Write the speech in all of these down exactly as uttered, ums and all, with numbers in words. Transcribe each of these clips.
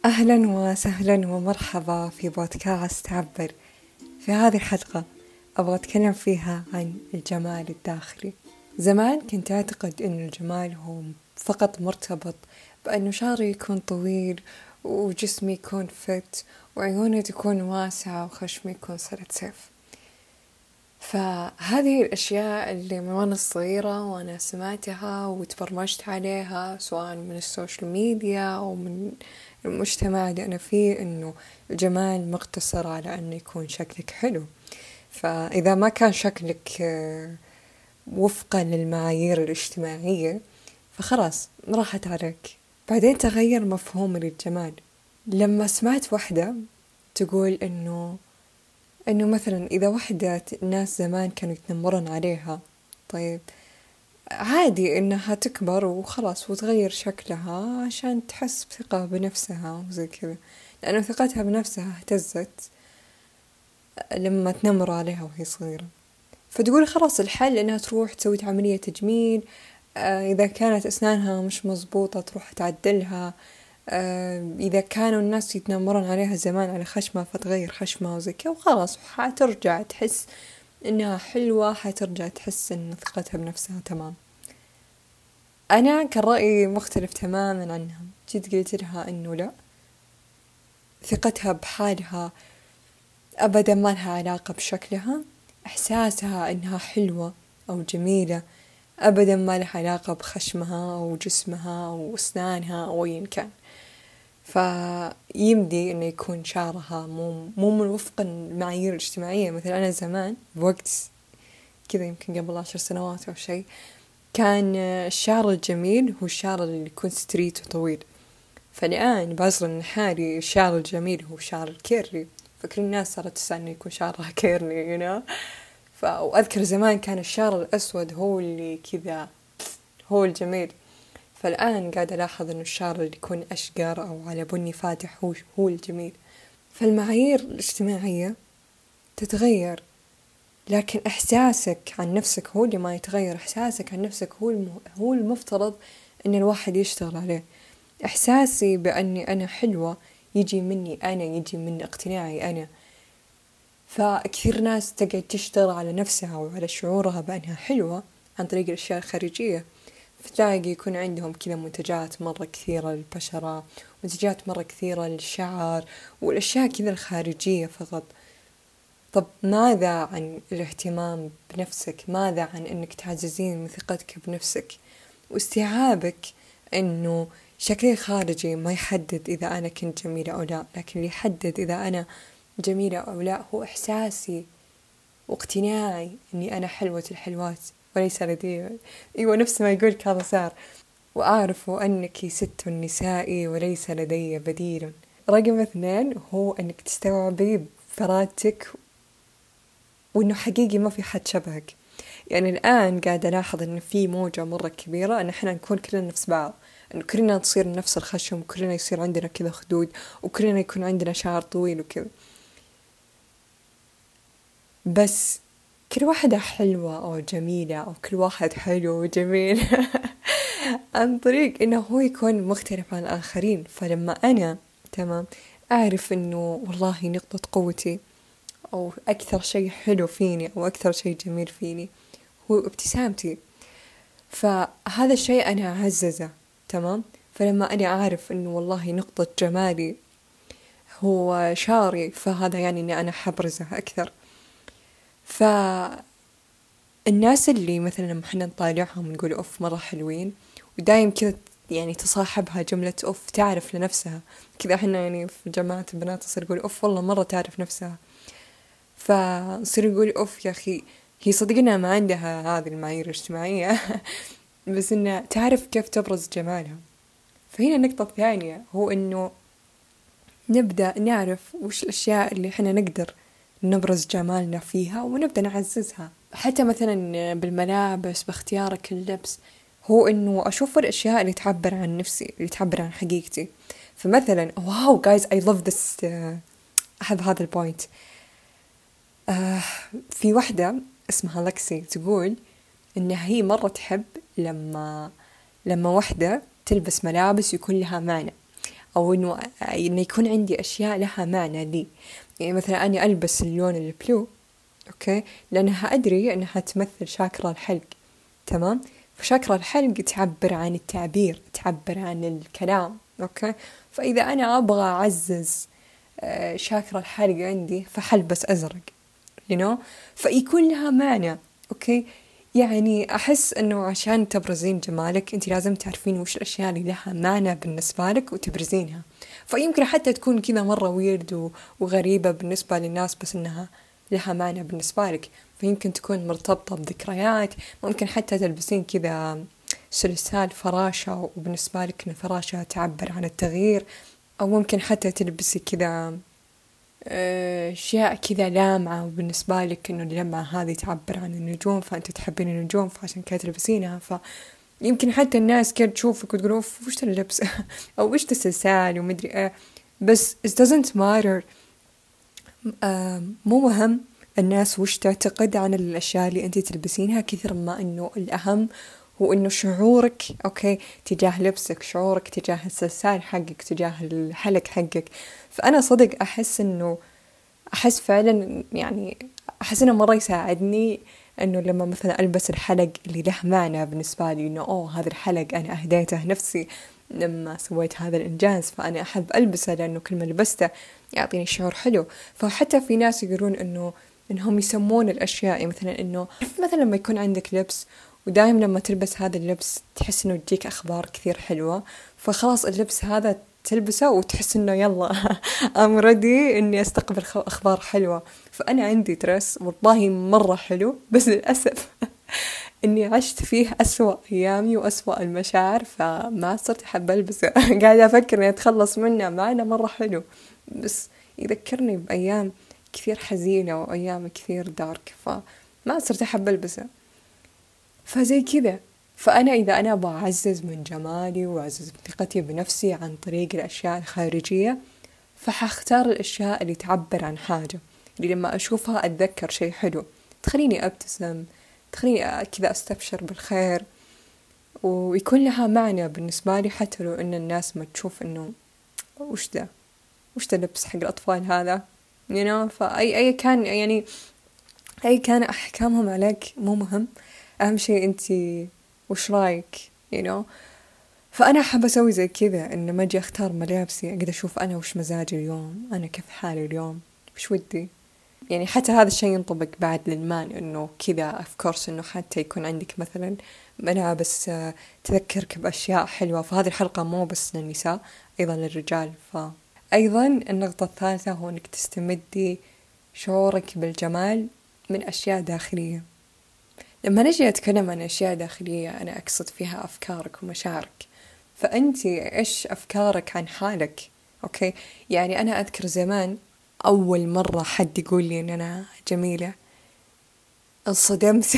أهلا وسهلا ومرحبا في بودكاست عبر. في هذه الحلقة أبغى أتكلم فيها عن الجمال الداخلي. زمان كنت أعتقد أن الجمال هو فقط مرتبط بأنه شعري يكون طويل وجسمي يكون فت وعيوني تكون واسعة وخشمي يكون سلة سيف. فهذه الأشياء اللي من وأنا صغيرة وأنا سمعتها وتبرمجت عليها سواء من السوشيال ميديا أو من المجتمع اللي أنا فيه، إنه الجمال مقتصر على أنه يكون شكلك حلو. فإذا ما كان شكلك وفقا للمعايير الاجتماعية فخلاص راحت عليك. بعدين تغير مفهومي للجمال لما سمعت واحدة تقول إنه إنه مثلا إذا واحدة الناس زمان كانوا يتنمرون عليها، طيب عادي إنها تكبر وخلاص وتغير شكلها عشان تحس بثقة بنفسها وزي كذا، لأنه ثقتها بنفسها اهتزت لما تنمروا عليها وهي صغيرة. فتقول خلاص الحل إنها تروح تسوي عملية تجميل، آه إذا كانت أسنانها مش مزبوطة تروح تعدلها، آه إذا كانوا الناس يتنمرون عليها زمان على خشمها فتغير خشمها وزي كذا، وخلاص حترجع تحس إنها حلوة، حترجع تحس إن ثقتها بنفسها تمام. أنا كان رأيي مختلف تماما عنها، جيت قلت لها إنه لا، ثقتها بحالها أبدا ما لها علاقة بشكلها، إحساسها إنها حلوة أو جميلة أبدا ما لها علاقة بخشمها أو جسمها أو أسنانها أو أي كان. فيمدي إنه يكون شعرها مو مو من وفق المعايير الاجتماعية. مثلا أنا زمان بوقت كذا يمكن قبل عشر سنوات أو شيء، كان الشعر الجميل هو الشعر اللي يكون ستريت وطويل، فالآن بعصر النحاري الشعر الجميل هو الشعر الكيرلي، فكل الناس صارت تسألني يكون شعرها كيرلي you know. فأذكر زمان كان الشعر الأسود هو اللي كذا هو الجميل، فالآن قاعدة ألاحظ إنه الشعر اللي يكون أشقر أو على بني فاتح هو هو الجميل. فالمعايير الاجتماعية تتغير، لكن إحساسك عن نفسك هو اللي ما يتغير. إحساسك عن نفسك هو الم... هو المفترض إن الواحد يشتغل عليه. إحساسي بأني أنا حلوة يجي مني أنا، يجي من اقتناعي أنا. فكثير ناس تقعد تشتغل على نفسها وعلى شعورها بأنها حلوة عن طريق الأشياء الخارجية، فتلاقي يكون عندهم كذا منتجات مرة كثيرة للبشرة، منتجات مرة كثيرة للشعر والأشياء كذا الخارجية فقط. طب ماذا عن الاهتمام بنفسك؟ ماذا عن أنك تعززين من ثقتك بنفسك واستيعابك أنه شكلي الخارجي ما يحدد إذا أنا كنت جميلة أو لا، لكن اللي يحدد إذا أنا جميلة أو لا هو إحساسي واقتناعي أني أنا حلوة الحلوات وليس لدي. أيوة نفس ما يقول كذا صار، وأعرف أنك ست النساء وليس لدي بديل. رقم اثنين هو أنك تستوعبي بفرادتك وأنه حقيقي ما في حد شبهك. يعني الآن قاعدة ألاحظ أن في موجة مرة كبيرة أن إحنا نكون كلنا نفس بعض، أنه كلنا نصير نفس الخشم وكلنا يصير عندنا كذا خدود وكلنا يكون عندنا شعر طويل وكذا. بس كل واحدة حلوة أو جميلة أو كل واحد حلو وجميل عن طريق إنه هو يكون مختلف عن الآخرين. فلما أنا تمام أعرف إنه والله نقطة قوتي أو أكثر شيء حلو فيني أو أكثر شيء جميل فيني هو ابتسامتي، فهذا الشيء أنا أعززه تمام. فلما أنا أعرف إنه والله نقطة جمالي هو شعري، فهذا يعني إني أنا حبرزه أكثر. فالناس اللي مثلا لما احنا نطالعهم نقول أوف مرة حلوين ودايم كذا يعني تصاحبها جملة أوف تعرف لنفسها كذا، احنا يعني في جماعة البنات نصير نقول أوف والله مرة تعرف نفسها، فنصير نقول أوف يا أخي هي صدقنا ما عندها هذه المعايير الاجتماعية بس إنها تعرف كيف تبرز جمالها. فهنا النقطة الثانية هو إنه نبدأ نعرف وش الأشياء اللي احنا نقدر نبرز جمالنا فيها ونبدأ نعززها. حتى مثلا بالملابس باختيارك اللبس، هو إنه أشوف الأشياء اللي تعبر عن نفسي، اللي تعبر عن حقيقتي. فمثلا واو guys I love this uh, أحب هذا البوينت. uh, في واحدة اسمها لكسي تقول إنها هي مرة تحب لما لما واحدة تلبس ملابس يكون لها معنى. أو إنه إنه يكون عندي أشياء لها معنى لي. يعني مثلا أنا ألبس اللون البلو أوكي لأنها أدري أنها تمثل شاكرا الحلق، تمام؟ فشاكرا الحلق تعبر عن التعبير، تعبر عن الكلام أوكي. فإذا أنا أبغى أعزز شاكرا الحلق عندي فحلبس أزرق you know؟ فيكون لها معنى أوكي. يعني أحس أنه عشان تبرزين جمالك أنت لازم تعرفين وش الأشياء اللي لها معنى بالنسبة لك وتبرزينها. فيمكن حتى تكون كذا مرة ويرد وغريبة بالنسبة للناس بس أنها لها معنى بالنسبة لك. فيمكن تكون مرتبطة بذكريات، ممكن حتى تلبسين كذا سلسال فراشة وبالنسبة لك أن فراشة تعبر عن التغيير، أو ممكن حتى تلبسي كذا أشياء كذا لامعة وبالنسبة لك إنه اللمعة هذه تعبر عن النجوم فأنت تحبين النجوم فعشان كده تلبسينها. فيمكن حتى الناس كده تشوفك وتقولوا وش اللبس أو وش السلسال ومدري إيه، بس it doesn't matter. مو مهم الناس وش تعتقد عن الأشياء اللي أنت تلبسينها كثر ما إنه الأهم هو إنه شعورك أوكي تجاه لبسك، شعورك تجاه السلسال حقك، تجاه الحلق حقك. فأنا صدق أحس إنه أحس فعلا يعني أحس إنه مرة يساعدني إنه لما مثلا ألبس الحلق اللي له معنى بالنسبة لي إنه أوه هذا الحلق أنا أهديته نفسي لما سويت هذا الإنجاز، فأنا أحب ألبسه لأنه كل ما لبسته يعطيني شعور حلو. فحتى في ناس يقولون إنه إنهم يسمون الأشياء يعني مثلا إنه مثلا لما يكون عندك لبس ودائما لما تلبس هذا اللبس تحس إنه تجيك أخبار كثير حلوة، فخلاص اللبس هذا تلبسه وتحس إنه يلا I'm ready إني أستقبل أخبار حلوة. فأنا عندي درس والله مرة حلو بس للأسف إني عشت فيه أسوأ أيامي وأسوأ المشاعر فما صرت أحب ألبسه. قاعدة أفكر إني أتخلص منه مع إنه مرة حلو بس يذكرني بأيام كثير حزينة وأيام كثير دارك فما صرت أحب ألبسه. فزي كذا فأنا إذا أنا بعزز من جمالي وأعزز ثقتي بنفسي عن طريق الأشياء الخارجية فحختار الأشياء اللي تعبر عن حاجة، اللي لما أشوفها أتذكر شيء حلو تخليني أبتسم، تخليني كذا أستبشر بالخير ويكون لها معنى بالنسبة لي حتى لو إن الناس ما تشوف إنه وش ده وش ده لبس حق الأطفال هذا you know. فأي أي كان يعني أي كان أحكامهم عليك مو مهم، أهم شيء أنتي وش رايك you know. فأنا أحب أسوي زي كذا إن ما أجي أختار ملابسي أقدر أشوف أنا وش مزاجي اليوم، أنا كيف حالي اليوم، وش ودي. يعني حتى هذا الشيء ينطبق بعد للمان إنه كذا of course إنه حتى يكون عندك مثلا ملابس تذكرك بأشياء حلوة. فهذه الحلقة مو بس للنساء أيضا للرجال. فأيضا النقطة الثالثة هو إنك تستمدي شعورك بالجمال من أشياء داخلية. لما نجي أتكلم عن أشياء داخلية أنا أقصد فيها أفكارك ومشاعرك. فأنتي إيش أفكارك عن حالك أوكي. يعني أنا أذكر زمان أول مرة حد يقول لي إن أنا جميلة انصدمت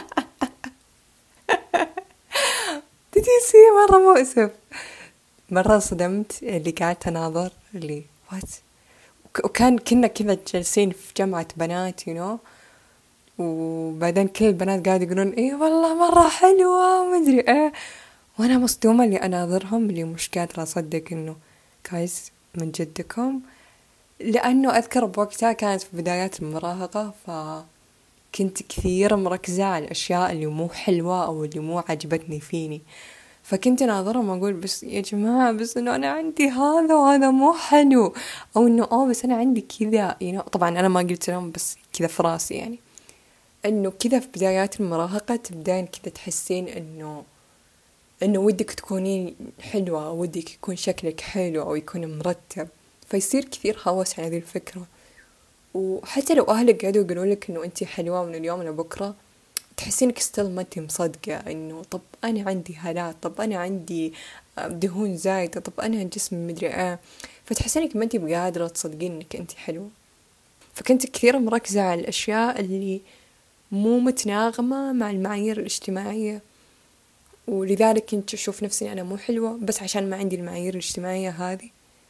تديسي مرة مؤسف، مرة صدمت اللي قاعدة أناظر اللي وات. وكان كنا كذا جالسين في جامعة بنات you know. وبعدين كل البنات قاعد يقولون إيه والله مرة حلوة ومدري إيه، وأنا مصدومة اللي أناظرهم اللي مش قادرة أصدق إنه كايز من جدكم. لأنه أذكر بوقتها كانت في بدايات المراهقة فكنت كثير مركزة على الأشياء اللي مو حلوة أو اللي مو عجبتني فيني، فكنت ناظرهم أقول بس يا جماعة بس إنه أنا عندي هذا وهذا مو حلو، أو إنه أوه بس أنا عندي كذا يعني. طبعا أنا ما قلت لهم بس كذا في راسي يعني إنه كذا في بدايات المراهقة تبدأين كذا تحسين إنه إنه ودك تكونين حلوة أو ودك يكون شكلك حلو أو يكون مرتب، فيصير كثير هوس على هذه الفكرة. وحتى لو أهلك قاعدوا يقولوا لك إنه أنتي حلوة من اليوم لبكرة تحسينك ستيل ما أنتي مصدقة إنه طب أنا عندي هالات، طب أنا عندي دهون زايدة، طب أنا جسمي مدري إيه، فتحسينك ما أنتي بقادرة تصدقين إنك أنتي حلوة. فكنت كثير مركزة على الأشياء اللي مو متناغمة مع المعايير الاجتماعية، ولذلك كنت أشوف نفسي أنا مو حلوة بس عشان ما عندي المعايير الاجتماعية هذه.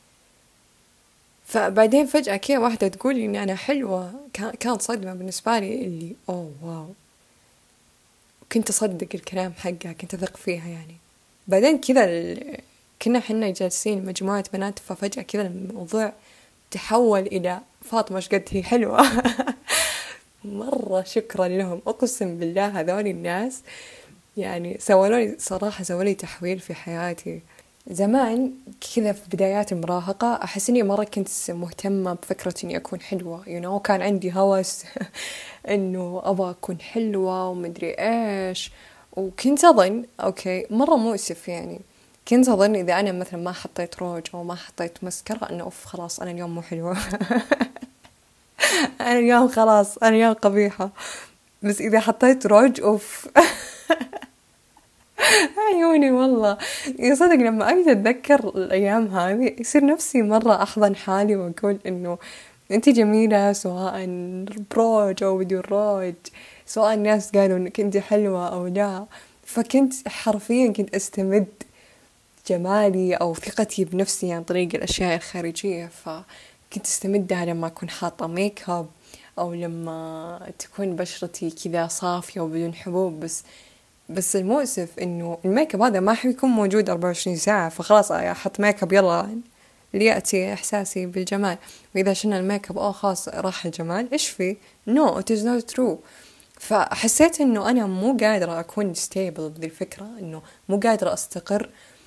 فبعدين فجأة كده واحدة تقول لي إني أنا حلوة، كان صدمة بالنسبة لي اللي أوه واو، كنت أصدق الكلام حقها، كنت أثق فيها يعني. بعدين كذا كنا حنا جالسين مجموعة بنات، ففجأة كذا الموضوع تحول إلى فاطمة ايش قد هي حلوة. مرة شكرا لهم، أقسم بالله هذول الناس يعني سوالي صراحة سوالي تحويل في حياتي. زمان كذا في بدايات المراهقة أحس إني مرة كنت مهتمة بفكرة إني أكون حلوة you know كان عندي هوس إنه أبغى أكون حلوة ومدري إيش. وكنت أظن أوكي مرة مؤسف يعني، كنت أظن إذا أنا مثلا ما حطيت روج أو ما حطيت مسكرة إنه أوف خلاص أنا اليوم مو حلوة. أنا اليوم خلاص أنا اليوم قبيحة. بس إذا حطيت روج أوف. عيوني والله يصدق لما أجي أتذكر الأيام هذه يصير نفسي مرة أحضن حالي وأقول إنه أنتي جميلة سواء بروج أو بدون روج، سواء الناس قالوا إنك أنتي حلوة أو لا. فكنت حرفيا كنت أستمد جمالي أو ثقتي بنفسي عن طريق الأشياء الخارجية، فكنت أستمدها لما أكون حاطة ميك اب أو لما تكون بشرتي كذا صافية وبدون حبوب. بس بس المؤسف إنه الميك اب هذا ما حيكون موجود أربعة وعشرين ساعة، فخلاص أحط ميك اب يلا ليأتي إحساسي بالجمال. وإذا شلنا الميك اب أو خلاص راح الجمال. إيش في no it is not true. فحسيت إنه أنا مو قادرة أكون stable بذي الفكرة، إنه مو قادرة أستقر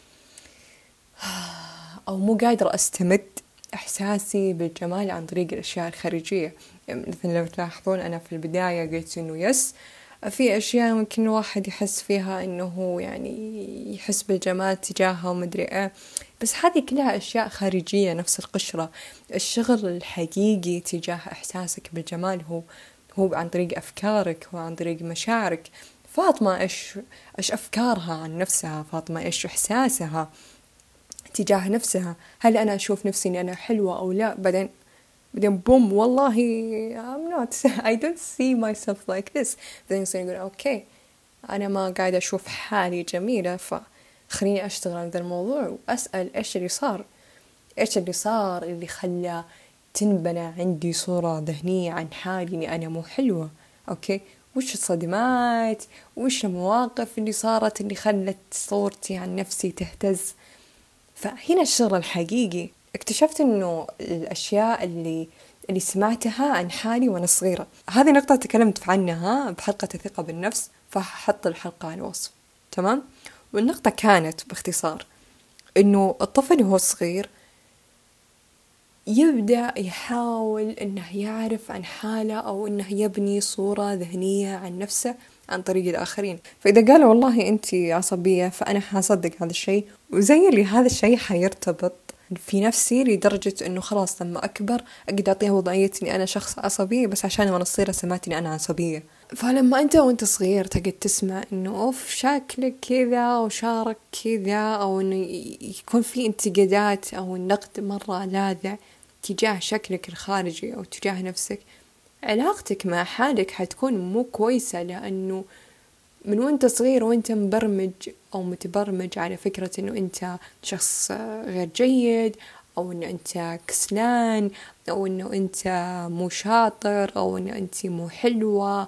أو مو قادرة أستمد إحساسي بالجمال عن طريق الأشياء الخارجية. مثلا لو تلاحظون أنا في البداية قلت إنه يس في أشياء ممكن الواحد يحس فيها إنه هو يعني يحس بالجمال تجاهها ومدري إيه، بس هذه كلها أشياء خارجية نفس القشرة. الشغل الحقيقي تجاه إحساسك بالجمال هو هو عن طريق أفكارك وعن طريق مشاعرك. فاطمة إيش إيش أفكارها عن نفسها، فاطمة إيش إحساسها تجاه نفسها، هل أنا أشوف نفسي إني أنا حلوة أو لا. بعدين بعدين بوم والله I'm not I don't see myself like this. بعدين يصير يقول أوكي أنا ما قاعدة أشوف حالي جميلة، فخليني أشتغل على ذا الموضوع وأسأل إيش اللي صار، إيش اللي صار اللي خلى تنبنى عندي صورة ذهنية عن حالي إني أنا مو حلوة. أوكي وش الصدمات وش المواقف اللي صارت اللي خلت صورتي عن نفسي تهتز. فهنا الشغل الحقيقي. اكتشفت إنه الأشياء اللي اللي سمعتها عن حالي وأنا صغيرة، هذه نقطة تكلمت عنها بحلقة الثقة بالنفس، فحط الحلقة على الوصف تمام. والنقطة كانت باختصار إنه الطفل وهو صغير يبدأ يحاول إنه يعرف عن حاله أو إنه يبني صورة ذهنية عن نفسه عن طريق الآخرين. فإذا قالوا والله أنتي عصبية فأنا حصدق هذا الشيء، وزي اللي هذا الشيء حيرتبط في نفسي لدرجة إنه خلاص لما أكبر أقدر أعطيها وضعية إني أنا شخص عصبي بس عشان وأنا صغيرة سمعت إني أنا عصبية. فلما أنت وأنت صغير تقعد تسمع إنه أوف شكلك كذا وشعرك كذا، أو إنه يكون في انتقادات أو النقد مرة لاذع تجاه شكلك الخارجي أو تجاه نفسك، علاقتك مع حالك حتكون مو كويسة، لأنه من وانت صغير وانت مبرمج أو متبرمج على فكرة إنه أنت شخص غير جيد، أو إنه أنت كسلان، أو إنه أنت مو شاطر، أو إنه أنت مو حلوة.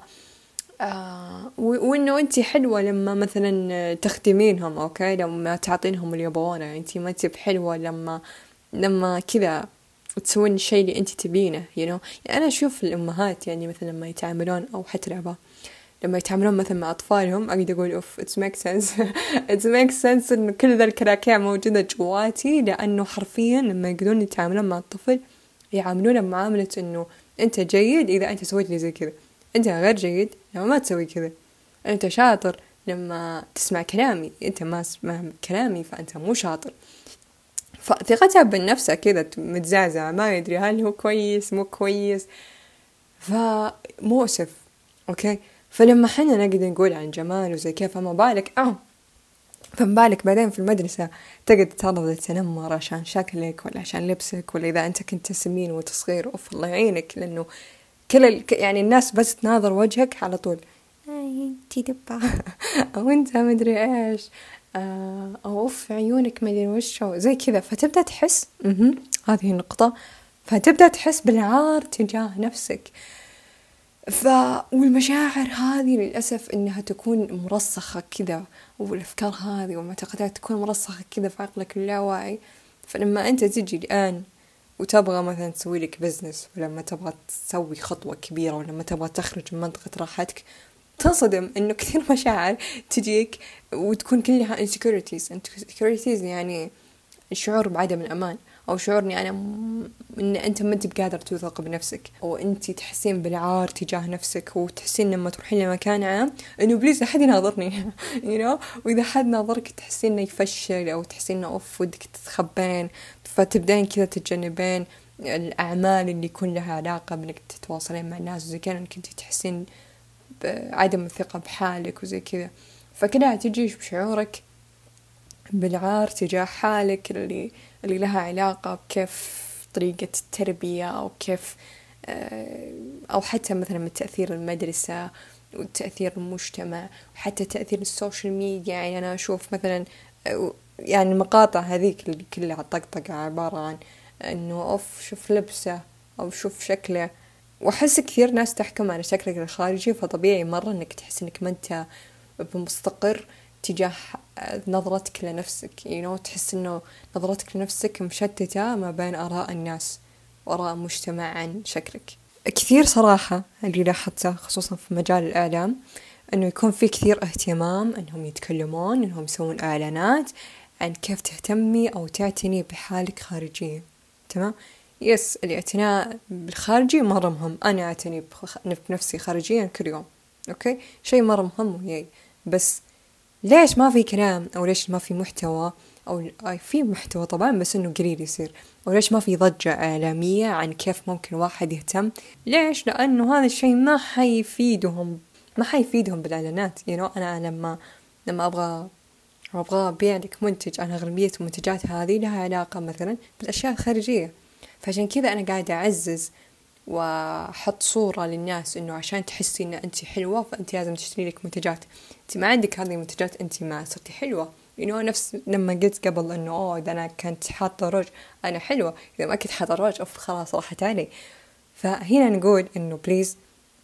آه وإنه أنت حلوة لما مثلا تخدمينهم، أوكي لما تعطينهم اللي يبغونه. أنت ما تب حلوة لما لما كذا تسوين الشيء اللي أنت تبينه you know. يعني أنا أشوف الأمهات يعني مثلا لما يتعاملون أو حتى الآباء لما يتعاملون مثلا مع أطفالهم أقدر أقول أوف it makes sense it makes sense إنه كل ذا الكراكيع موجودة جواتي، لأنه حرفيا لما يقدرون يتعاملون مع الطفل يعاملونه بمعاملة إنه أنت جيد إذا أنت سويت لي زي كذا، أنت غير جيد لما ما تسوي كذا، أنت شاطر لما تسمع كلامي، أنت ما تسمع كلامي فأنت مو شاطر. فثقتها بالنفس كذا متزعزعة، ما يدري هل هو كويس مو كويس، فمؤسف. أوكي فلما حنا نقدر نقول عن جمال وزي كيف، فما بالك اه فما بالك بعدين في المدرسة تقدر تتعرض للتنمر عشان شكلك ولا عشان لبسك، ولا إذا أنت كنت سمين وتصغير أوف الله يعينك، لأنه كل ال... يعني الناس بس تناظر وجهك على طول أي تدبع أو أنت مدري إيش أو أوف عيونك مدري وش زي كذا، فتبدأ تحس هذه النقطة، فتبدأ تحس بالعار تجاه نفسك. ف والمشاعر هذه للأسف إنها تكون مرسخة كذا والأفكار هذه والمعتقدات تكون مرسخة كذا في عقلك اللاواعي. فلما أنت تجي الآن وتبغى مثلا تسوي لك بزنس، ولما تبغى تسوي خطوة كبيرة، ولما تبغى تخرج من منطقة راحتك، تنصدم إنه كثير مشاعر تجيك وتكون كلها insecurities. insecurities يعني الشعور بعدم الأمان، أو شعور إني أنا م... إن أنت ما أنت بقادر توثق بنفسك، أو أنت تحسين بالعار تجاه نفسك، وتحسين لما تروحين لمكان عام إنه بليز أحد يناظرني you know. وإذا حد ناظرك تحسين إنه يفشل، أو تحسين إنه أوف ودك تتخبين، فتبدين كذا تتجنبين الأعمال اللي يكون لها علاقة بإنك تتواصلين مع الناس، وزي كذا إنك أنت تحسين بعدم الثقة بحالك وزي كذا. فكده تجيش بشعورك بالعار تجاه حالك اللي اللي لها علاقة بكيف طريقة التربية، أو كيف أو حتى مثلا من تأثير المدرسة وتأثير المجتمع، وحتى تأثير السوشيال ميديا. يعني أنا أشوف مثلا يعني المقاطع هذيك اللي كلها طقطقة عبارة عن إنه أوف شوف لبسه أو شوف شكله، وأحس كثير ناس تحكم على شكلك الخارجي. فطبيعي مرة إنك تحس إنك ما أنت بمستقر تجاه نظرتك لنفسك، you know. تحس إنه نظرتك لنفسك مشتتة ما بين آراء الناس وآراء المجتمع عن شكلك. كثير صراحة اللي لاحظته خصوصا في مجال الإعلام إنه يكون في كثير اهتمام إنهم يتكلمون، إنهم يسوون إعلانات عن كيف تهتمي أو تعتني بحالك خارجيا. تمام، يس الاعتناء بالخارجي مرة مهم، أنا أعتني بنفسي خارجيا كل يوم، أوكي، شيء مرة مهم وياي. بس ليش ما في كلام، أو ليش ما في محتوى، أو في محتوى طبعا بس إنه قليل يصير، أو ليش ما في ضجة إعلامية عن كيف ممكن واحد يهتم؟ ليش؟ لأنه هذا الشيء ما حيفيدهم، ما حيفيدهم بالإعلانات. you know. أنا لما لما أبغى أبغى أبيع لك منتج، أنا أغلبية المنتجات هذه لها علاقة مثلا بالأشياء الخارجية، فعشان كذا أنا قاعدة أعزز وحط صورة للناس إنه عشان تحسي إن أنت حلوة فأنت لازم تشتري لك منتجات. أنت ما عندك هذه المنتجات أنت ما صرتي حلوة. you know. نفس لما قلت قبل إنه أوه إذا أنا كنت حاطة روج أنا حلوة، إذا ما كنت حاطة روج أوف خلاص راحت علي. فهنا نقول إنه بليز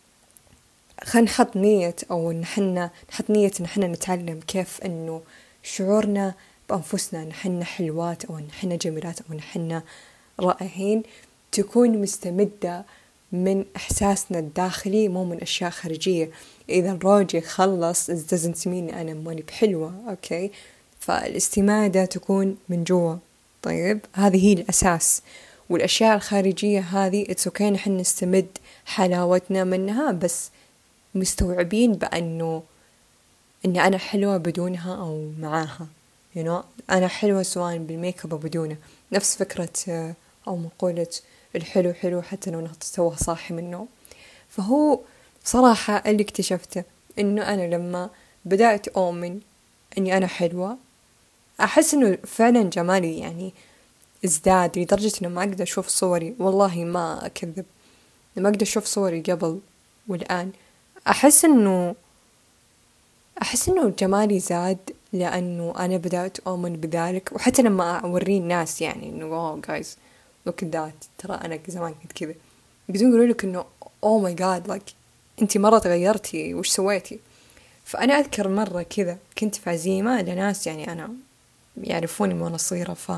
خلينا نحط نية، أو نحن نحط نية إن حنا نتعلم كيف إنه شعورنا بأنفسنا نحن حلوات، أو نحن جميلات، أو نحن رائعين تكون مستمدة من إحساسنا الداخلي، مو من أشياء خارجية. إذا الروج يخلص doesn't mean أنا ماني بحلوة، أوكي. فالاستمادة تكون من جوا. طيب هذه هي الأساس، والأشياء الخارجية هذه it's okay نحن نستمد حلاوتنا منها، بس مستوعبين بأنه إني أنا حلوة بدونها أو معاها. you know. أنا حلوة سواء بالميك اب أو بدونه. نفس فكرة أو مقولة الحلو حلو حتى لو نتسوى صاحي من النوم. فهو صراحة اللي اكتشفته إنه أنا لما بدأت أؤمن إني أنا حلوة، أحس إنه فعلا جمالي يعني ازداد لدرجة إنه ما أقدر أشوف صوري، والله ما أكذب، ما أقدر أشوف صوري قبل والآن أحس إنه أحس إنه جمالي زاد، لأنه أنا بدأت أؤمن بذلك. وحتى لما أوري الناس يعني إنه oh guys look at that، ترى أنا زمان كنت كذا، يقدرون يقولوا لك إنه oh my god like أنتي مرة تغيرتي، وش سويتي؟ فأنا أذكر مرة كذا كنت في عزيمة لناس يعني أنا يعرفوني من وأنا صغيرة، ف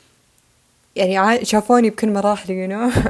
يعني شافوني بكل مراحلي you know.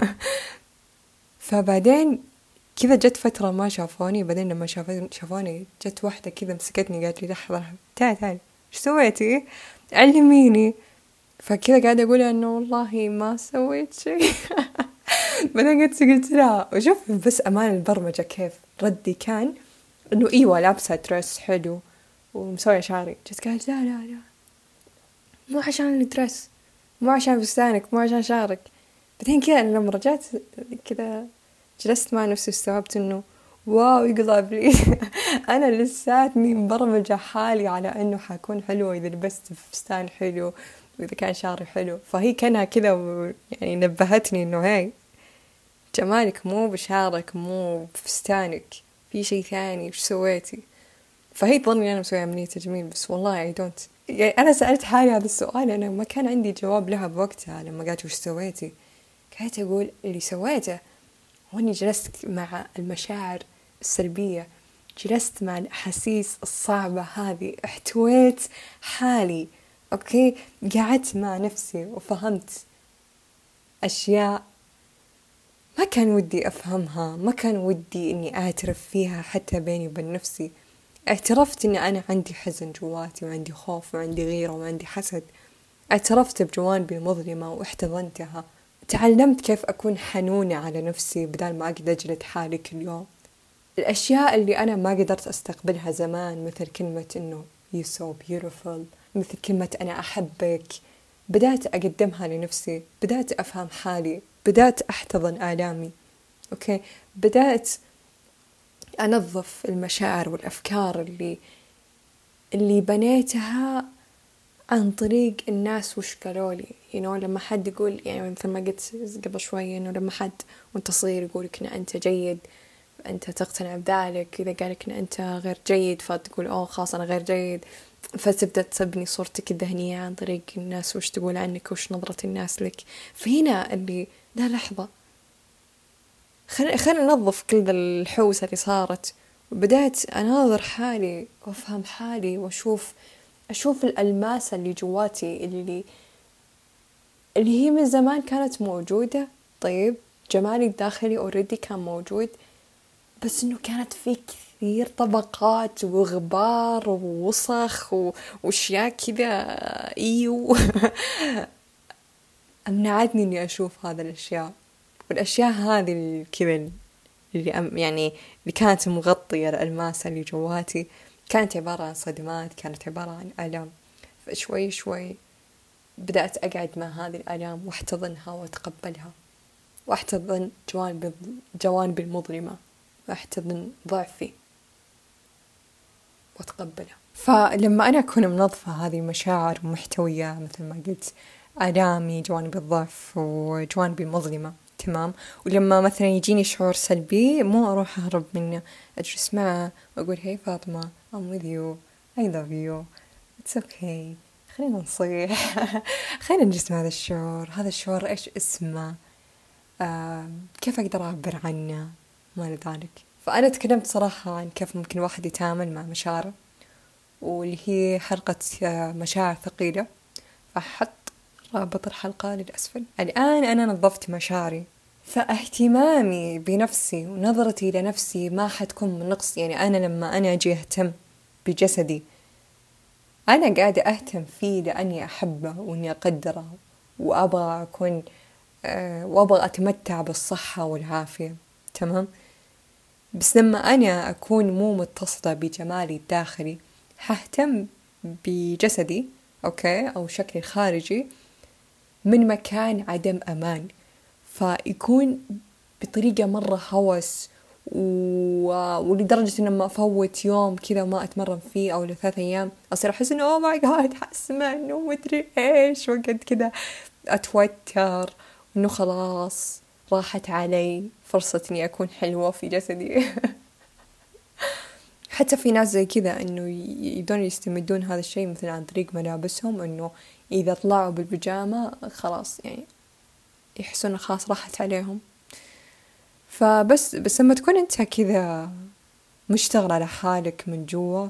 فبعدين كذا جت فترة ما شافوني، بعدين لما شافوني جت واحدة كذا مسكتني قالت لي لحظة تعال تعال إيش سويتي؟ علميني. فكذا قاعدة أقول إنه والله ما سويت شيء. بعدين قلت قلت لها وشوف بس أمان البرمجة كيف ردي كان إنه إيوه لابسة درس حلو ومسوية شعري. جت قالت لا لا لا مو عشان الدرس، مو عشان فستانك، مو عشان شعرك. بعدين كذا لما رجعت كذا جلست مع نفسي واستوعبت إنه واو يقلب لي. أنا لساتني مبرمجة حالي على إنه حكون حلوة إذا لبست فستان حلو وإذا كان شعري حلو. فهي كانها كذا يعني نبهتني إنه هاي جمالك مو بشعرك مو بفستانك، في شيء ثاني وش سويتي. فهي ظني أنا مسوية عملية تجميل، بس والله I don't يعني أنا سألت حالي هذا السؤال، أنا ما كان عندي جواب لها بوقتها. لما قالت وش سويتي كانت أقول اللي سويته واني جلست مع المشاعر السلبية جلست مع الأحاسيس الصعبة هذه، احتويت حالي، أوكي، قعدت مع نفسي وفهمت أشياء ما كان ودي أفهمها، ما كان ودي إني أعترف فيها حتى بيني وبين نفسي. اعترفت إني أنا عندي حزن جواتي، وعندي خوف، وعندي غيرة، وعندي حسد. اعترفت بجوانبي المظلمة واحتضنتها. تعلمت كيف أكون حنونة على نفسي بدل ما أقعد أجلد حالي كل يوم. الأشياء اللي أنا ما قدرت أستقبلها زمان، مثل كلمة إنه you're so beautiful، مثل كلمة أنا أحبك، بدأت أقدمها لنفسي، بدأت أفهم حالي، بدأت أحتضن آلامي، أوكي، بدأت أنظف المشاعر والأفكار اللي اللي بنيتها عن طريق الناس وش قالوا لي. you know لما حد يقول، يعني مثل ما قلت قبل شوية، إنه لما حد وأنت صغير يقولك إن أنت جيد، أنت تقتنع بذلك. إذا قالك إن أنت غير جيد فتقول أوه خلاص أنا غير جيد، فتبدأ تبني صورتك الذهنية عن طريق الناس وش تقول عنك وش نظرة الناس لك. فهنا اللي لا لحظة، خلينا خلينا ننظف كل الحوسة اللي صارت. وبدأت أناظر حالي وأفهم حالي وأشوف أشوف الألماسة اللي جواتي، اللي اللي هي من زمان كانت موجودة. طيب جمالي الداخلي أوريدي كان موجود، بس إنه كانت في كثير طبقات وغبار ووسخ وأشياء كذا إيو أمنعتني إني أشوف هذا الأشياء. والأشياء هذه كذا اللي أم يعني اللي كانت مغطية الألماسة اللي جواتي كانت عبارة عن صدمات، كانت عبارة عن آلام. فشوي شوي بدأت أقعد مع هذه الآلام واحتضنها وأتقبلها، واحتضن جوانب جوانبي المظلمة، واحتضن ضعفي وأتقبلها. فلما أنا أكون منظفة هذه المشاعر ومحتوية مثل ما قلت آلامي، جوانب الضعف وجوانبي المظلمة، تمام، ولما مثلا يجيني شعور سلبي مو أروح أهرب منه، أجلس معه وأقول هاي فاطمة I'm with you I love you it's okay، خلينا نصيح خلينا نجلس مع هذا الشعور. هذا الشعور إيش اسمه، آه، كيف أقدر أعبر عنه، ما ذلك. فأنا تكلمت صراحة عن كيف ممكن واحد يتعامل مع مشاعره، واللي هي حلقة مشاعر ثقيلة. فحط رابط الحلقة للأسفل. الآن أنا نظفت مشاعري، فاهتمامي بنفسي ونظرتي لنفسي ما حتكون من نقص. يعني أنا لما أنا أجي أهتم بجسدي، أنا قاعدة أهتم فيه لأني أحبه وإني أقدره وأبغى أكون أه وأبغى أتمتع بالصحة والعافية، تمام. بس لما أنا أكون مو متصلة بجمالي الداخلي ههتم بجسدي، أوكي، أو شكلي الخارجي من مكان عدم أمان، فيكون بطريقة مرة هوس و... ولدرجة إن لما أفوت يوم كذا ما أتمرن فيه أو لثلاث أيام أصير أحس إنه أوه ماي جاد حسمن ومدري إيش، وقد كذا أتوتر إنه خلاص راحت علي فرصة إني أكون حلوة في جسدي حتى في ناس زي كذا إنه يبدون يستمدون هذا الشيء مثل عن طريق ملابسهم، إنه إذا طلعوا بالبيجامة خلاص يعني يحسون خلاص راحت عليهم. فبس بس لما تكون أنت كذا مشتغل على حالك من جوا،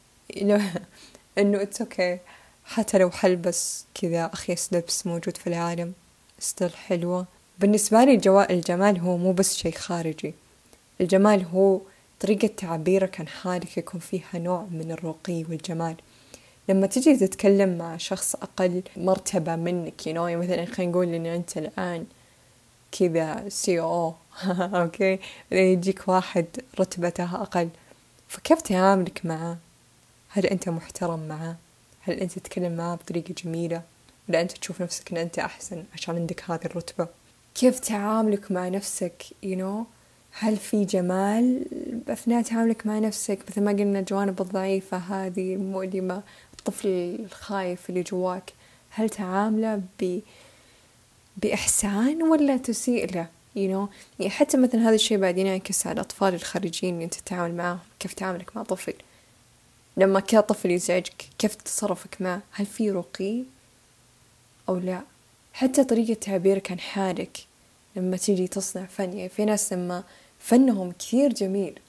إنه it's okay، حتى لو حلبس كذا أخيس لبس موجود في العالم ستيل حلوة. بالنسبة لي الجوا الجمال هو مو بس شيء خارجي، الجمال هو طريقة تعبيرك عن حالك يكون فيها نوع من الرقي والجمال. لما تجي تتكلم مع شخص أقل مرتبة منك، you know، مثلا خلينا نقول إن أنت الآن كذا سي أو أوكي، يجيك واحد رتبته أقل، فكيف تعاملك معه؟ هل أنت محترم معه؟ هل أنت تتكلم معه بطريقة جميلة؟ ولا أنت تشوف نفسك أن أنت أحسن عشان عندك هذه الرتبة؟ كيف تعاملك مع نفسك، you know؟ هل في جمال أثناء تعاملك مع نفسك؟ مثل ما قلنا الجوانب الضعيفة هذه المؤلمة، الطفل الخايف اللي جواك، هل تعامله ب... بإحسان ولا تسيء له؟ you know؟ يعني حتى مثلا هذا الشيء بعدين ينعكس على الأطفال الخارجيين اللي أنت تتعامل معهم. كيف تعاملك مع طفل لما كان طفل يزعجك، كيف تصرفك معه؟ هل في رقي أو لا؟ حتى طريقة تعبيرك عن حالك لما تيجي تصنع فن، يعني في ناس لما فنهم كثير جميل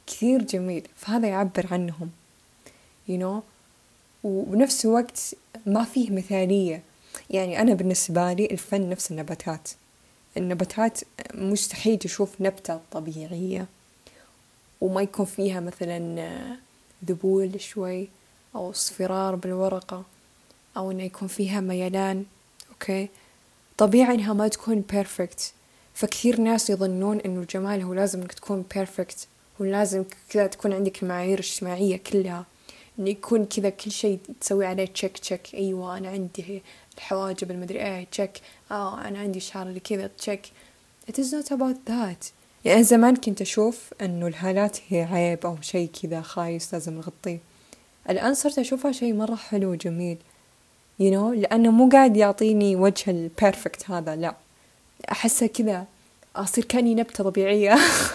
كثير جميل، فهذا يعبر عنهم you know. وبنفس الوقت ما فيه مثالية. يعني أنا بالنسبة لي الفن نفس النباتات. النباتات مستحيل تشوف نبتة طبيعية وما يكون فيها مثلا ذبول شوي أو اصفرار بالورقة أو إنه يكون فيها ميلان. أوكي، طبيعي إنها ما تكون بيرفكت. فكثير ناس يظنون إنه الجمال هو لازم إنك تكون بيرفكت، ولازم كذا تكون عندك المعايير الاجتماعية كلها، إنه يكون كذا كل شيء تسوي عليه تشيك تشيك. أيوة أنا عندي الحواجب المدري إيه تشيك، آه أنا عندي شعر اللي كذا تشيك. It is not about that. يعني زمان كنت أشوف إنه الهالات هي عيب أو شيء كذا خايس لازم نغطيه. الآن صرت أشوفها شيء مرة حلو وجميل you know، لأنه مو قاعد يعطيني وجه البيرفكت هذا، لا، أحسه كذا أصير كأني نبتة طبيعية.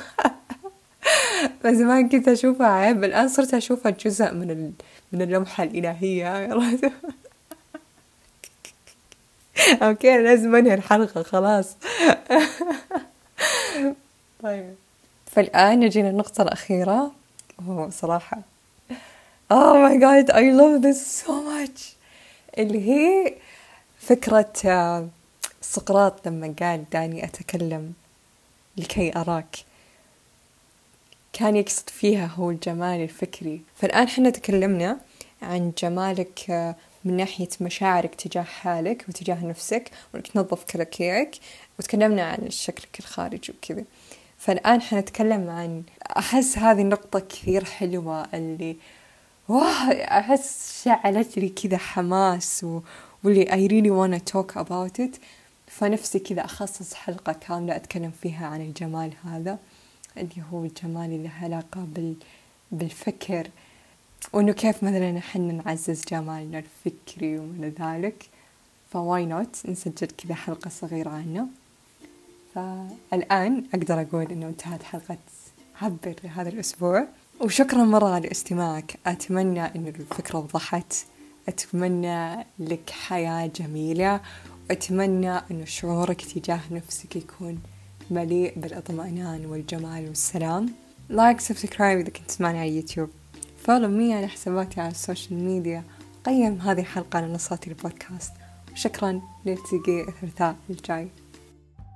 فزمان كنت أشوفها عيب، الآن صرت أشوفها جزء من ال... من اللمحة الإلهية. أوكي لازم أنهي الحلقة خلاص. طيب، فالآن نجينا النقطة الأخيرة. أوه صراحة oh my god I love this so much، اللي هي فكرة سقراط لما قال دعني أتكلم لكي أراك. كان يقصد فيها هو الجمال الفكري. فالآن حنا تكلمنا عن جمالك من ناحية مشاعرك تجاه حالك وتجاه نفسك وإنك تنظف كلاكيعك، وتكلمنا عن شكلك الخارجي وكذا. فالآن حنتكلم عن، أحس هذه النقطة كثير حلوة اللي واه أحس شعلت لي كذا حماس و... واللي I really wanna talk about it. فنفسي كذا أخصص حلقة كاملة أتكلم فيها عن الجمال هذا، اللي هو الجمال اللي له علاقة بال... بالفكر، وإنه كيف مثلا إحنا نعزز جمالنا الفكري ومن ذلك. فواي نوت نسجل كذا حلقة صغيرة عنه. فالآن أقدر أقول إنه انتهت حلقة عبر هذا الأسبوع، وشكرا مرة لاستماعك. أتمنى إن الفكرة وضحت، أتمنى لك حياة جميلة، وأتمنى إنه شعورك تجاه نفسك يكون مليء بالاطمئنان والجمال والسلام. لايك سبسكرايب إذا كنت تسمعني على يوتيوب، فولو مي على حساباتي على السوشيال ميديا، قيم هذه الحلقة على منصات البودكاست. وشكرا، نلتقي الثلاثاء الجاي.